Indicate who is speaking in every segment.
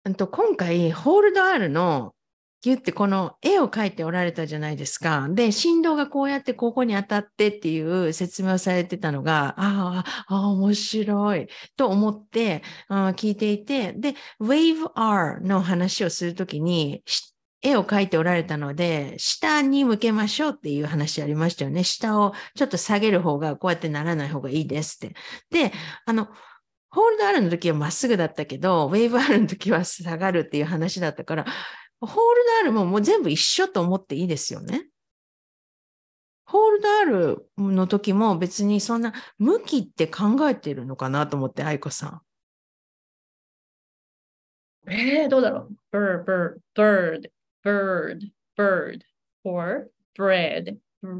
Speaker 1: 今回、ホールド R のギュってこの絵を描いておられたじゃないですか。で、振動がこうやってここに当たってっていう説明をされてたのが、面白いと思って聞いていて、で、Wave R の話をするときに、絵を描いておられたので、下に向けましょうっていう話ありましたよね。下をちょっと下げる方がこうやってならない方がいいですって。で、ホールド R の時はまっすぐだったけど、ウェーブ R の時は下がるっていう話だったから、ホールド R ももう全部一緒と思っていいですよね。ホールド R の時も別にそんな向きって考えてるのかなと思って、愛子さ
Speaker 2: ん。どうだろう bird, or bread,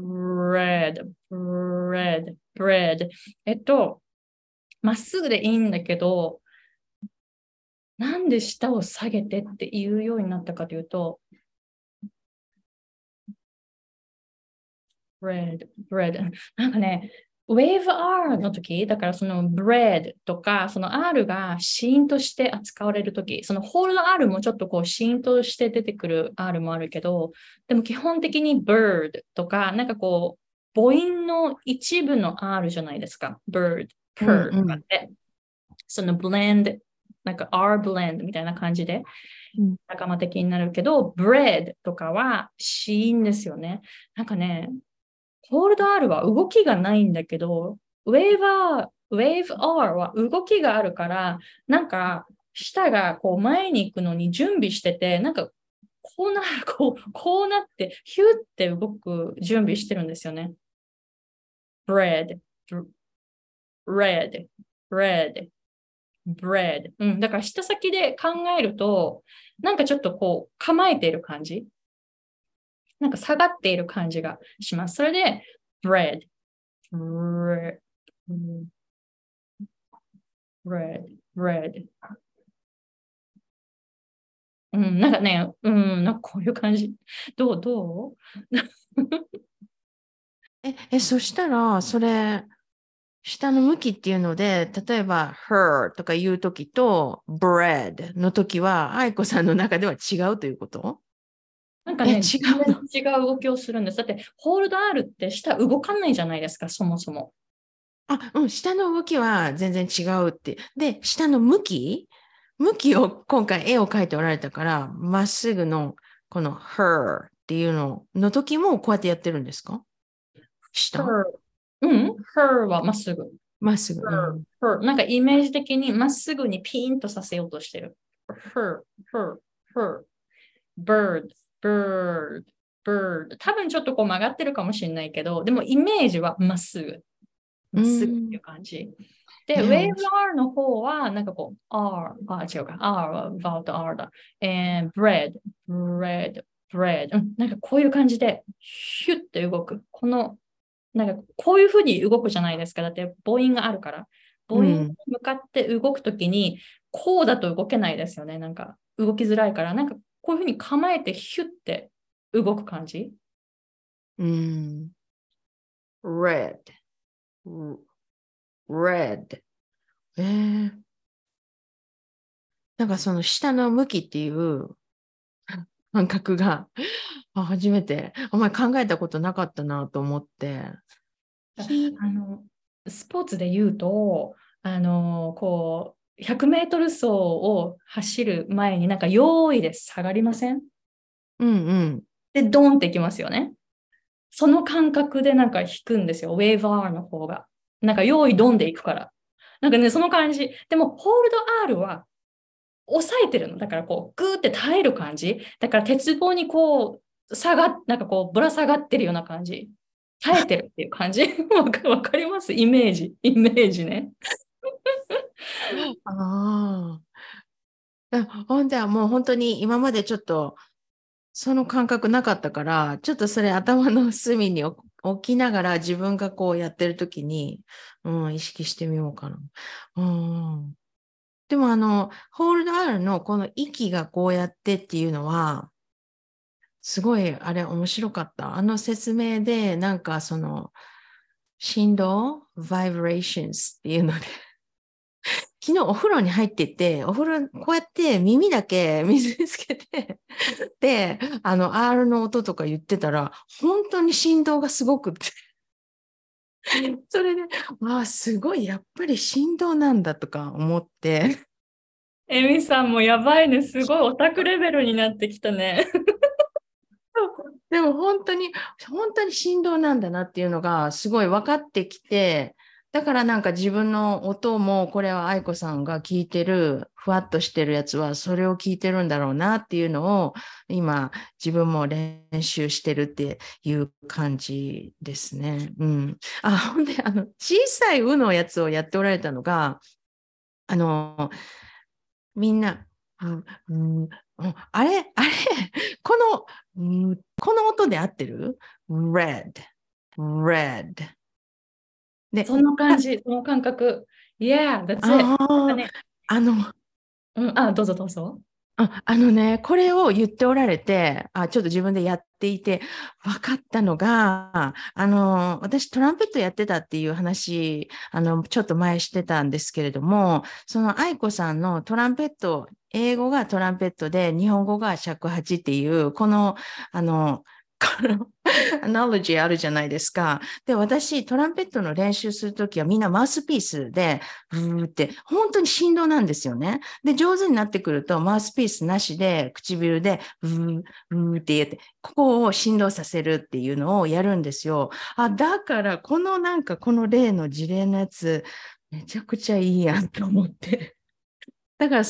Speaker 2: bread. まっすぐでいいんだけど、なんで舌を下げてって言うようになったかというと、bread. なんかね、wave R の時、だからその bread とか、その R が子音として扱われる時、その hold R もちょっとこう子音として出てくる R もあるけど、でも基本的に bird とか、なんかこう、母音の一部の R じゃないですか。bird,
Speaker 1: ん。うん
Speaker 2: per とかって。その blend、なんか R blend みたいな感じで仲間的になるけど、bread とかは子音ですよね。なんかね、ホールド R は動きがないんだけど、ウェーブ R は動きがあるから、なんか、舌がこう前に行くのに準備してて、なんか、こうなって、ヒューって動く準備してるんですよね。bread, bread, bread, bread。うん、だから舌先で考えると、なんかちょっとこう構えている感じ。なんか下がっている感じがします。それで、bread, bread, bread。うん、なんかね、うん、なんかこういう感じ。どう
Speaker 1: そしたら、それ、下の向きっていうので、例えば her とか言うときと bread のときは、愛子さんの中では違うということ？
Speaker 2: なんかね、
Speaker 1: 違
Speaker 2: 全然
Speaker 1: うの？
Speaker 2: 違う動きをするんです。だって、ホールド R って下動かないじゃないですか、そもそも。
Speaker 1: 下の動きは全然違うって。で、下の向きを今回絵を描いておられたから、まっすぐのこの her っていうの時もこうやってやってるんですか？下
Speaker 2: her、her はまっすぐ。
Speaker 1: まっすぐ。うん。
Speaker 2: なんかイメージ的にまっすぐにピーンとさせようとしてる。her, bird, bird, bird。多分ちょっとこう曲がってるかもしれないけど、でもイメージはまっすぐ。
Speaker 1: う
Speaker 2: まっすぐってい
Speaker 1: ん。
Speaker 2: う感じ。で、ウェーブ
Speaker 1: 面白い。
Speaker 2: R の方は、なんかこう、違うか、R は about R だ。bread。なんかこういう感じで、ヒュッて動く。なんかこういうふうに動くじゃないですか。だって母音があるから。母音に
Speaker 1: うん。
Speaker 2: 向かって動くときに、こうだと動けないですよね。なんか動きづらいから、なんかこういうふうに構えてヒュッて動く感じ。
Speaker 1: うん。red, red。なんかその下の向きっていう感覚が初めて、あんまり考えたことなかったなと思って。ひ、
Speaker 2: あの、スポーツで言うと、こう、100メートル走を走る前になんか用意で下がりません？
Speaker 1: うんうん。
Speaker 2: で、ドンっていきますよね。その感覚でなんか引くんですよ。ウェーバーの方が。なんか用意ドンでいくから。なんかね、その感じ。でも、ホールド R は抑えてるの。だからこう、グーって耐える感じ。だから鉄棒にこう、なんかこう、ぶら下がってるような感じ。耐えてるっていう感じ。わかりますイメージね。
Speaker 1: あほんではもう本当に今までちょっとその感覚なかったから、ちょっとそれ頭の隅に置きながら自分がこうやってる時に、意識してみようかな。うん、でもホールド R のこの息がこうやってっていうのは、すごいあれ面白かった。あの説明でなんかその振動 vibrations っていうので昨日お風呂に入ってて、お風呂、こうやって耳だけ水につけて、で、R の音とか言ってたら、本当に振動がすごくって。それで、すごい、やっぱり振動なんだとか思って。
Speaker 2: エミさんもやばいね。すごいオタクレベルになってきたね。
Speaker 1: でも本当に振動なんだなっていうのがすごい分かってきて、だからなんか自分の音も、これは愛子さんが聞いてる、ふわっとしてるやつは、それを聞いてるんだろうなっていうのを、今、自分も練習してるっていう感じですね。うん。ほんで、小さい「う」のやつをやっておられたのが、あの、みんな、うんうんあれ、ここの音で合ってる？ ?red, red. で、
Speaker 2: その感じ、その感覚。Yeah, that's it. なんか
Speaker 1: あ
Speaker 2: ね、
Speaker 1: あ、
Speaker 2: どうぞどうぞ。
Speaker 1: これを言っておられて、ちょっと自分でやっていて、分かったのが、私トランペットやってたっていう話、ちょっと前してたんですけれども、その愛子さんのトランペット、英語がトランペットで、日本語が尺八っていう、このアナロジーあるじゃないですか。で、私、トランペットの練習するときはみんなマウスピースで、ブーって、本当に振動なんですよね。で、上手になってくると、マウスピースなしで、唇で、ブーって言って、ここを振動させるっていうのをやるんですよ。だから、この例の事例のやつ、めちゃくちゃいいやんと思って。だから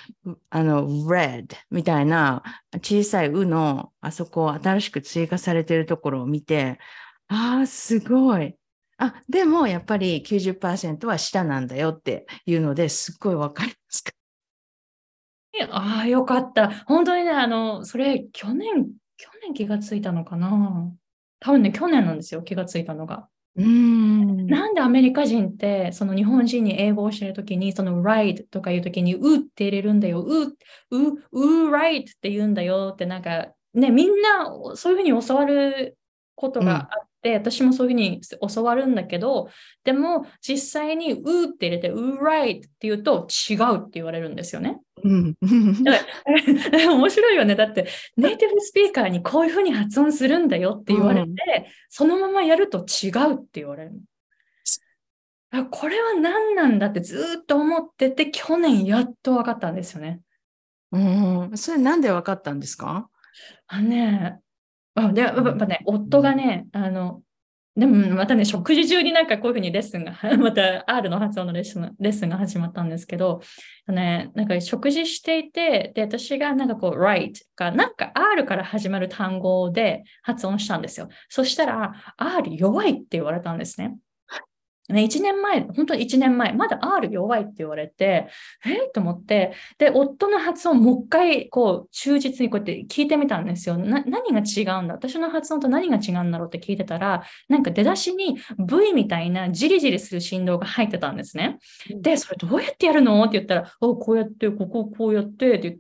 Speaker 1: red みたいな小さいうの、あそこ新しく追加されているところを見て、すごい。でもやっぱり90%は下なんだよっていうのですっごいわかりますか？
Speaker 2: よかった。本当にね、それ、去年気がついたのかな。多分ね、去年なんですよ、気がついたのが。
Speaker 1: うーん。
Speaker 2: なんでアメリカ人って、その日本人に英語を教えるときに、その right とかいうときに、って入れるんだよ、right って言うんだよって、なんか、ね、みんなそういうふうに教わること
Speaker 1: うん。
Speaker 2: があって、私もそういうふうに教わるんだけど、でも実際にって入れて、right って言うと違うって言われるんですよね。
Speaker 1: うん。
Speaker 2: だから面白いよね。だって、ネイティブスピーカーにこういうふうに発音するんだよって言われて、
Speaker 1: うん。
Speaker 2: そのままやると違うって言われる。これは何なんだってずっと思ってて、去年やっと分かったんですよね。
Speaker 1: それなんでわかったんですか？
Speaker 2: あのね、やっぱね、夫が
Speaker 1: うん。
Speaker 2: ね、でもまたね、食事中になんかこういうふうにレッスンが、また R の発音のレッスンが始まったんですけど、なんか食事していて、で、私がなんかこう、right か、なんか R から始まる単語で発音したんですよ。そしたら、R 弱いって言われたんですね。ね、1年前、本当に1年前、まだ R 弱いって言われて、と思って、で、夫の発音もう一回、こう、忠実にこうやって聞いてみたんですよ。何が違うんだ、私の発音と何が違うんだろうって聞いてたら、なんか出だしに V みたいなジリジリする振動が入ってたんですね。で、それどうやってやるのって言ったら、こうやって、こここうやってって言って、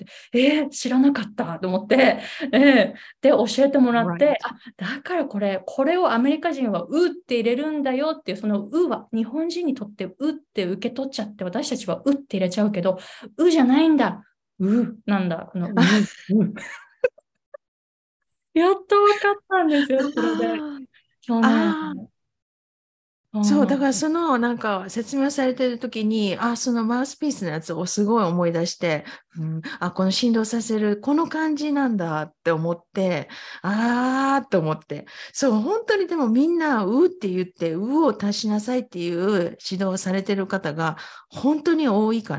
Speaker 2: 知らなかったと思って、で、教えてもらって、
Speaker 1: Right.
Speaker 2: だからこれをアメリカ人はって入れるんだよっていう、そのは日本人にとってって受け取っちゃって、私たちはって入れちゃうけど、じゃないんだ。なんだ。このやっと分かったんですよ、それで。
Speaker 1: あ
Speaker 2: 去年。
Speaker 1: あ、
Speaker 2: う
Speaker 1: そう、だ
Speaker 2: ん、
Speaker 1: からなんか説明されてる時に、そのマウスピースのやつをすごい思い出して、この振動させる、この感じなんだって思って、と思って。そう、本当にでもみんな、って言って、を足しなさいっていう指導をされてる方が本当に多いから、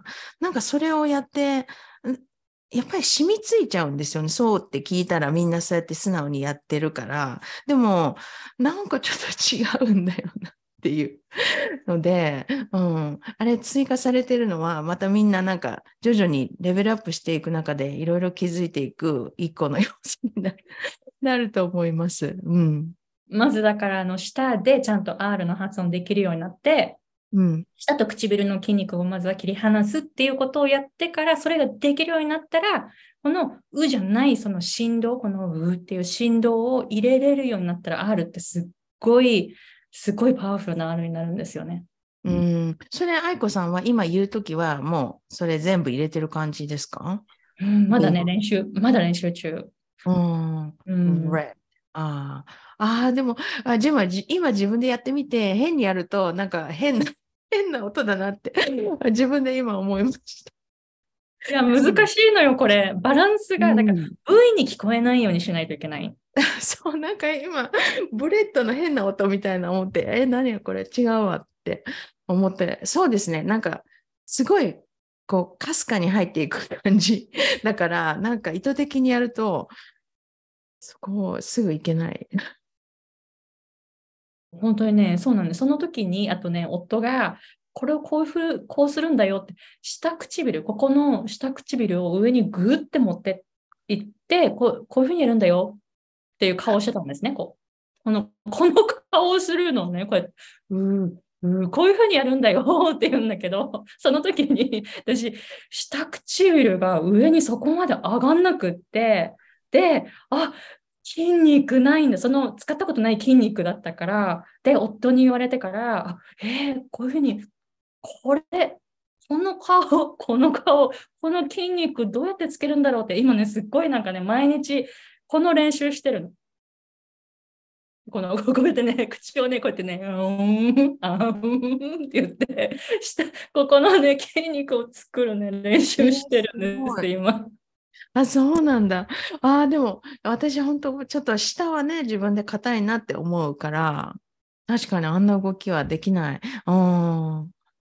Speaker 1: なんかそれをやって、やっぱり染みついちゃうんですよね。そうって聞いたらみんなそうやって素直にやってるから。でも、なんかちょっと違うんだよなっていうので、あれ追加されてるのは、またみんななんか徐々にレベルアップしていく中でいろいろ気づいていく一個の要素になると思います。うん。
Speaker 2: まずだから舌でちゃんと R の発音できるようになって、
Speaker 1: うん。
Speaker 2: 舌と唇の筋肉をまずは切り離すっていうことをやってから、それができるようになったら、このじゃないその振動、このっていう振動を入れれるようになったら R ってすっごいパワフルな R になるんですよね。
Speaker 1: うん。それ、愛子さんは今言うときは、もう、それ全部入れてる感じですか？
Speaker 2: うん、まだね、
Speaker 1: 今。
Speaker 2: まだ練習中。
Speaker 1: うん。
Speaker 2: うん。
Speaker 1: red。ああ。ああ、でも、今自分でやってみて、変にやると、なんか変な、変な音だなって、自分で今思いました。
Speaker 2: いや、難しいのよ、これ。バランス
Speaker 1: う
Speaker 2: が、だから、
Speaker 1: ん。
Speaker 2: V に聞こえないようにしないといけない。
Speaker 1: そう、なんか今、ブレッドの変な音みたいな思って、何やこれ、違うわって思って、そうですね、なんか、すごい、こう、かすかに入っていく感じ。だから、なんか意図的にやると、そこをすぐいけない。
Speaker 2: 本当にね、そうなんです。その時に、あとね、夫が、これをこうするんだよって、ここの下唇を上にグーって持っていって、こういうふうにやるんだよっていう顔をしてたんですね。この顔をするのね、こうやって、こういうふうにやるんだよって言うんだけど、その時に私、下唇が上にそこまで上がんなくって、で、筋肉ないんだ。その使ったことない筋肉だったから、で、夫に言われてから、こういうふうに、これ、この顔、この筋肉どうやってつけるんだろうって、今ね、すっごいなんかね、毎日この練習してるの。こうやってね、口をね、こうやってね、って言って、ここのね、筋肉を作るね、練習して
Speaker 1: す
Speaker 2: るんです、
Speaker 1: ごい。
Speaker 2: 今。
Speaker 1: あ、そうなんだ。でも、私本当、ちょっと下はね、自分で硬いなって思うから、確かにあんな動きはできない。うん。